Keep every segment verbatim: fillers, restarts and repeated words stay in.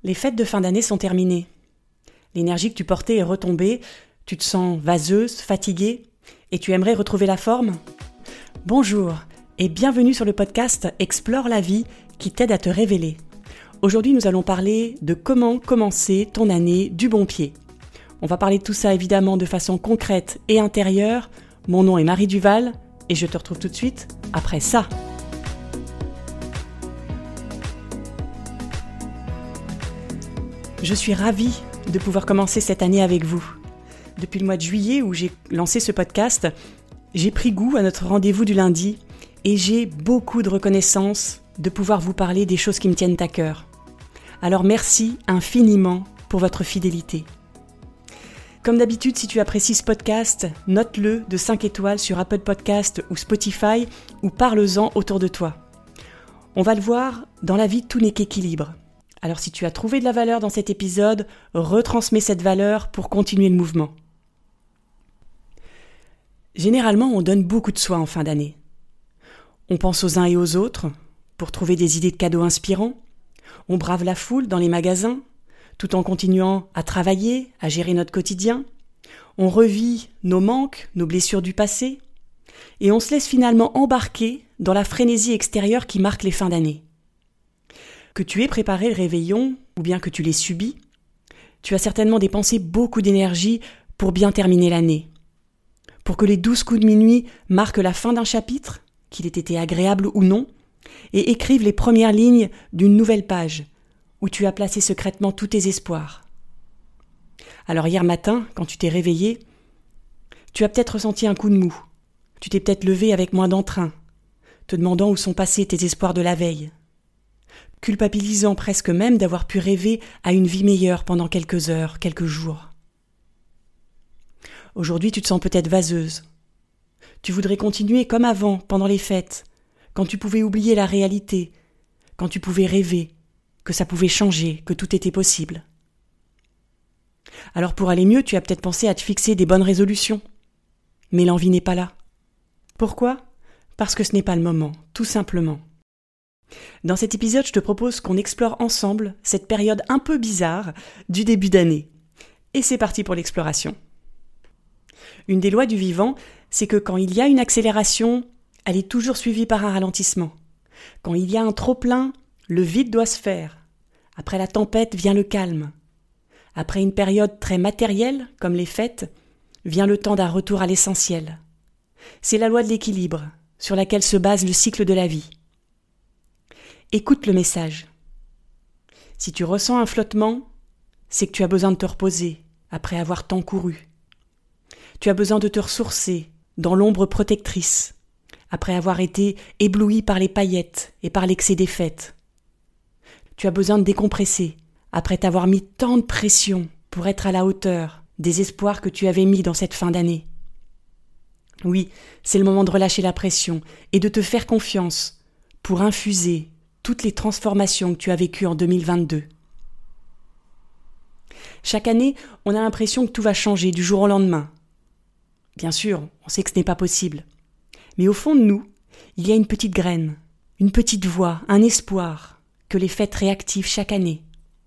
Les fêtes de fin d'année sont terminées. L'énergie que tu portais est retombée, tu te sens vaseuse, fatiguée, et tu aimerais retrouver la forme ? Bonjour, et bienvenue sur le podcast Explore la vie qui t'aide à te révéler. Aujourd'hui, nous allons parler de comment commencer ton année du bon pied. On va parler de tout ça évidemment de façon concrète et intérieure. Mon nom est Marie Duval, et je te retrouve tout de suite après ça. Je suis ravie de pouvoir commencer cette année avec vous. Depuis le mois de juillet où j'ai lancé ce podcast, j'ai pris goût à notre rendez-vous du lundi et j'ai beaucoup de reconnaissance de pouvoir vous parler des choses qui me tiennent à cœur. Alors merci infiniment pour votre fidélité. Comme d'habitude, si tu apprécies ce podcast, note-le de cinq étoiles sur Apple Podcast ou Spotify ou parle-en autour de toi. On va le voir, dans la vie, tout n'est qu'équilibre. Alors si tu as trouvé de la valeur dans cet épisode, retransmets cette valeur pour continuer le mouvement. Généralement, on donne beaucoup de soi en fin d'année. On pense aux uns et aux autres pour trouver des idées de cadeaux inspirants. On brave la foule dans les magasins, tout en continuant à travailler, à gérer notre quotidien. On revit nos manques, nos blessures du passé, et on se laisse finalement embarquer dans la frénésie extérieure qui marque les fins d'année. Que tu aies préparé le réveillon, ou bien que tu l'aies subi, tu as certainement dépensé beaucoup d'énergie pour bien terminer l'année. Pour que les douze coups de minuit marquent la fin d'un chapitre, qu'il ait été agréable ou non, et écrivent les premières lignes d'une nouvelle page, où tu as placé secrètement tous tes espoirs. Alors hier matin, quand tu t'es réveillé, tu as peut-être ressenti un coup de mou. Tu t'es peut-être levé avec moins d'entrain, te demandant où sont passés tes espoirs de la veille. Culpabilisant presque même d'avoir pu rêver à une vie meilleure pendant quelques heures, quelques jours. Aujourd'hui, tu te sens peut-être vaseuse. Tu voudrais continuer comme avant, pendant les fêtes, quand tu pouvais oublier la réalité, quand tu pouvais rêver, que ça pouvait changer, que tout était possible. Alors pour aller mieux, tu as peut-être pensé à te fixer des bonnes résolutions. Mais l'envie n'est pas là. Pourquoi ? Parce que ce n'est pas le moment, tout simplement. Dans cet épisode, je te propose qu'on explore ensemble cette période un peu bizarre du début d'année. Et c'est parti pour l'exploration. Une des lois du vivant, c'est que quand il y a une accélération, elle est toujours suivie par un ralentissement. Quand il y a un trop-plein, le vide doit se faire. Après la tempête vient le calme. Après une période très matérielle, comme les fêtes, vient le temps d'un retour à l'essentiel. C'est la loi de l'équilibre, sur laquelle se base le cycle de la vie. Écoute le message. Si tu ressens un flottement, c'est que tu as besoin de te reposer après avoir tant couru. Tu as besoin de te ressourcer dans l'ombre protectrice après avoir été ébloui par les paillettes et par l'excès des fêtes. Tu as besoin de décompresser après t'avoir mis tant de pression pour être à la hauteur des espoirs que tu avais mis dans cette fin d'année. Oui, c'est le moment de relâcher la pression et de te faire confiance pour infuser toutes les transformations que tu as vécues en deux mille vingt-deux. Chaque année, on a l'impression que tout va changer du jour au lendemain. Bien sûr, on sait que ce n'est pas possible. Mais au fond de nous, il y a une petite graine, une petite voix, un espoir que les fêtes réactivent chaque année.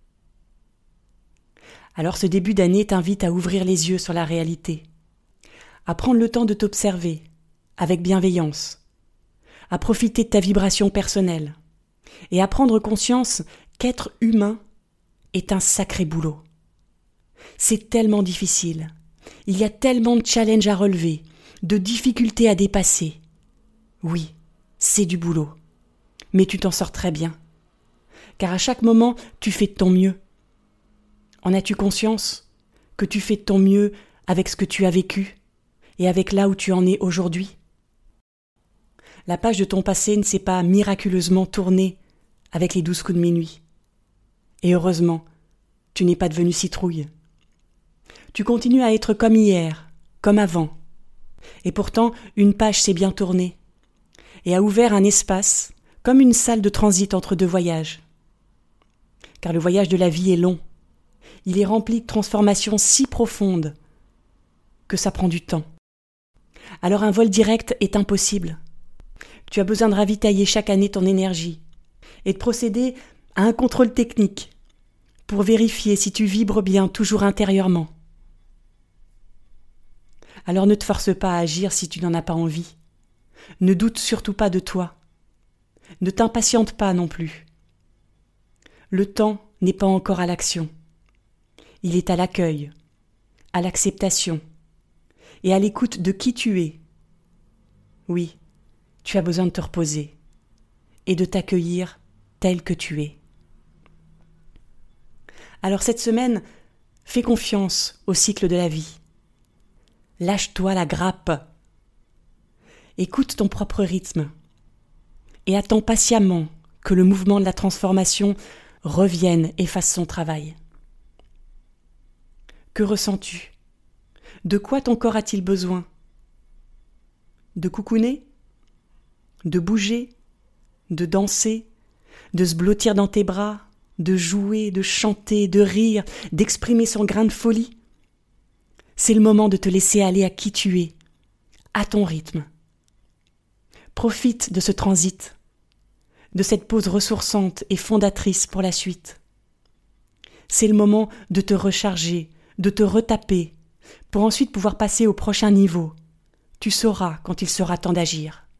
Alors ce début d'année t'invite à ouvrir les yeux sur la réalité, à prendre le temps de t'observer avec bienveillance, à profiter de ta vibration personnelle, et à prendre conscience qu'être humain est un sacré boulot. C'est tellement difficile. Il y a tellement de challenges à relever, de difficultés à dépasser. Oui, c'est du boulot. Mais tu t'en sors très bien. Car à chaque moment, tu fais de ton mieux. En as-tu conscience que tu fais de ton mieux avec ce que tu as vécu et avec là où tu en es aujourd'hui ? La page de ton passé ne s'est pas miraculeusement tournée avec les douze coups de minuit. Et heureusement, tu n'es pas devenue citrouille. Tu continues à être comme hier, comme avant. Et pourtant, une page s'est bien tournée et a ouvert un espace comme une salle de transit entre deux voyages. Car le voyage de la vie est long. Il est rempli de transformations si profondes que ça prend du temps. Alors un vol direct est impossible. Tu as besoin de ravitailler chaque année ton énergie et de procéder à un contrôle technique pour vérifier si tu vibres bien toujours intérieurement. Alors ne te force pas à agir si tu n'en as pas envie. Ne doute surtout pas de toi. Ne t'impatiente pas non plus. Le temps n'est pas encore à l'action. Il est à l'accueil, à l'acceptation et à l'écoute de qui tu es. Oui, tu as besoin de te reposer et de t'accueillir tel que tu es. Alors cette semaine, fais confiance au cycle de la vie. Lâche-toi la grappe. Écoute ton propre rythme et attends patiemment que le mouvement de la transformation revienne et fasse son travail. Que ressens-tu ? De quoi ton corps a-t-il besoin ? De coucouner ? De bouger ? De danser ? De se blottir dans tes bras ? De jouer, de chanter, de rire, d'exprimer son grain de folie ? C'est le moment de te laisser aller à qui tu es, à ton rythme. Profite de ce transit, de cette pause ressourçante et fondatrice pour la suite. C'est le moment de te recharger, de te retaper, pour ensuite pouvoir passer au prochain niveau. Tu sauras quand il sera temps d'agir.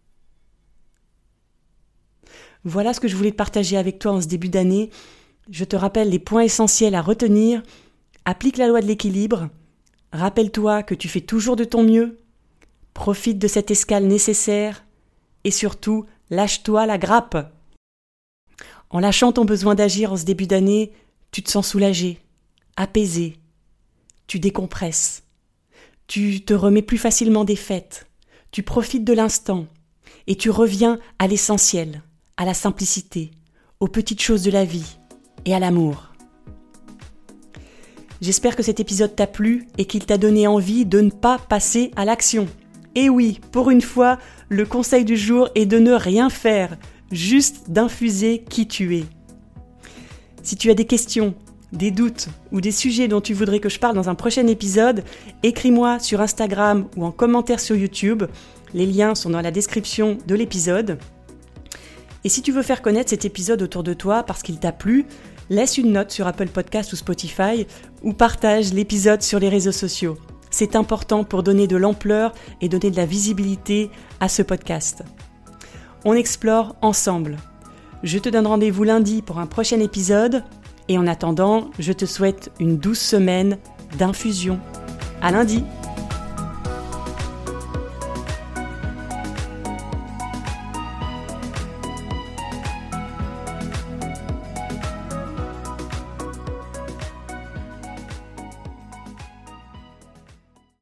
Voilà ce que je voulais te partager avec toi en ce début d'année. Je te rappelle les points essentiels à retenir. Applique la loi de l'équilibre. Rappelle-toi que tu fais toujours de ton mieux. Profite de cette escale nécessaire. Et surtout, lâche-toi la grappe. En lâchant ton besoin d'agir en ce début d'année, tu te sens soulagé, apaisé. Tu décompresses. Tu te remets plus facilement des fêtes. Tu profites de l'instant. Et tu reviens à l'essentiel, à la simplicité, aux petites choses de la vie et à l'amour. J'espère que cet épisode t'a plu et qu'il t'a donné envie de ne pas passer à l'action. Et oui, pour une fois, le conseil du jour est de ne rien faire, juste d'infuser qui tu es. Si tu as des questions, des doutes ou des sujets dont tu voudrais que je parle dans un prochain épisode, écris-moi sur Instagram ou en commentaire sur YouTube. Les liens sont dans la description de l'épisode. Et si tu veux faire connaître cet épisode autour de toi parce qu'il t'a plu, laisse une note sur Apple Podcast ou Spotify ou partage l'épisode sur les réseaux sociaux. C'est important pour donner de l'ampleur et donner de la visibilité à ce podcast. On explore ensemble. Je te donne rendez-vous lundi pour un prochain épisode et en attendant, je te souhaite une douce semaine d'infusion. À lundi!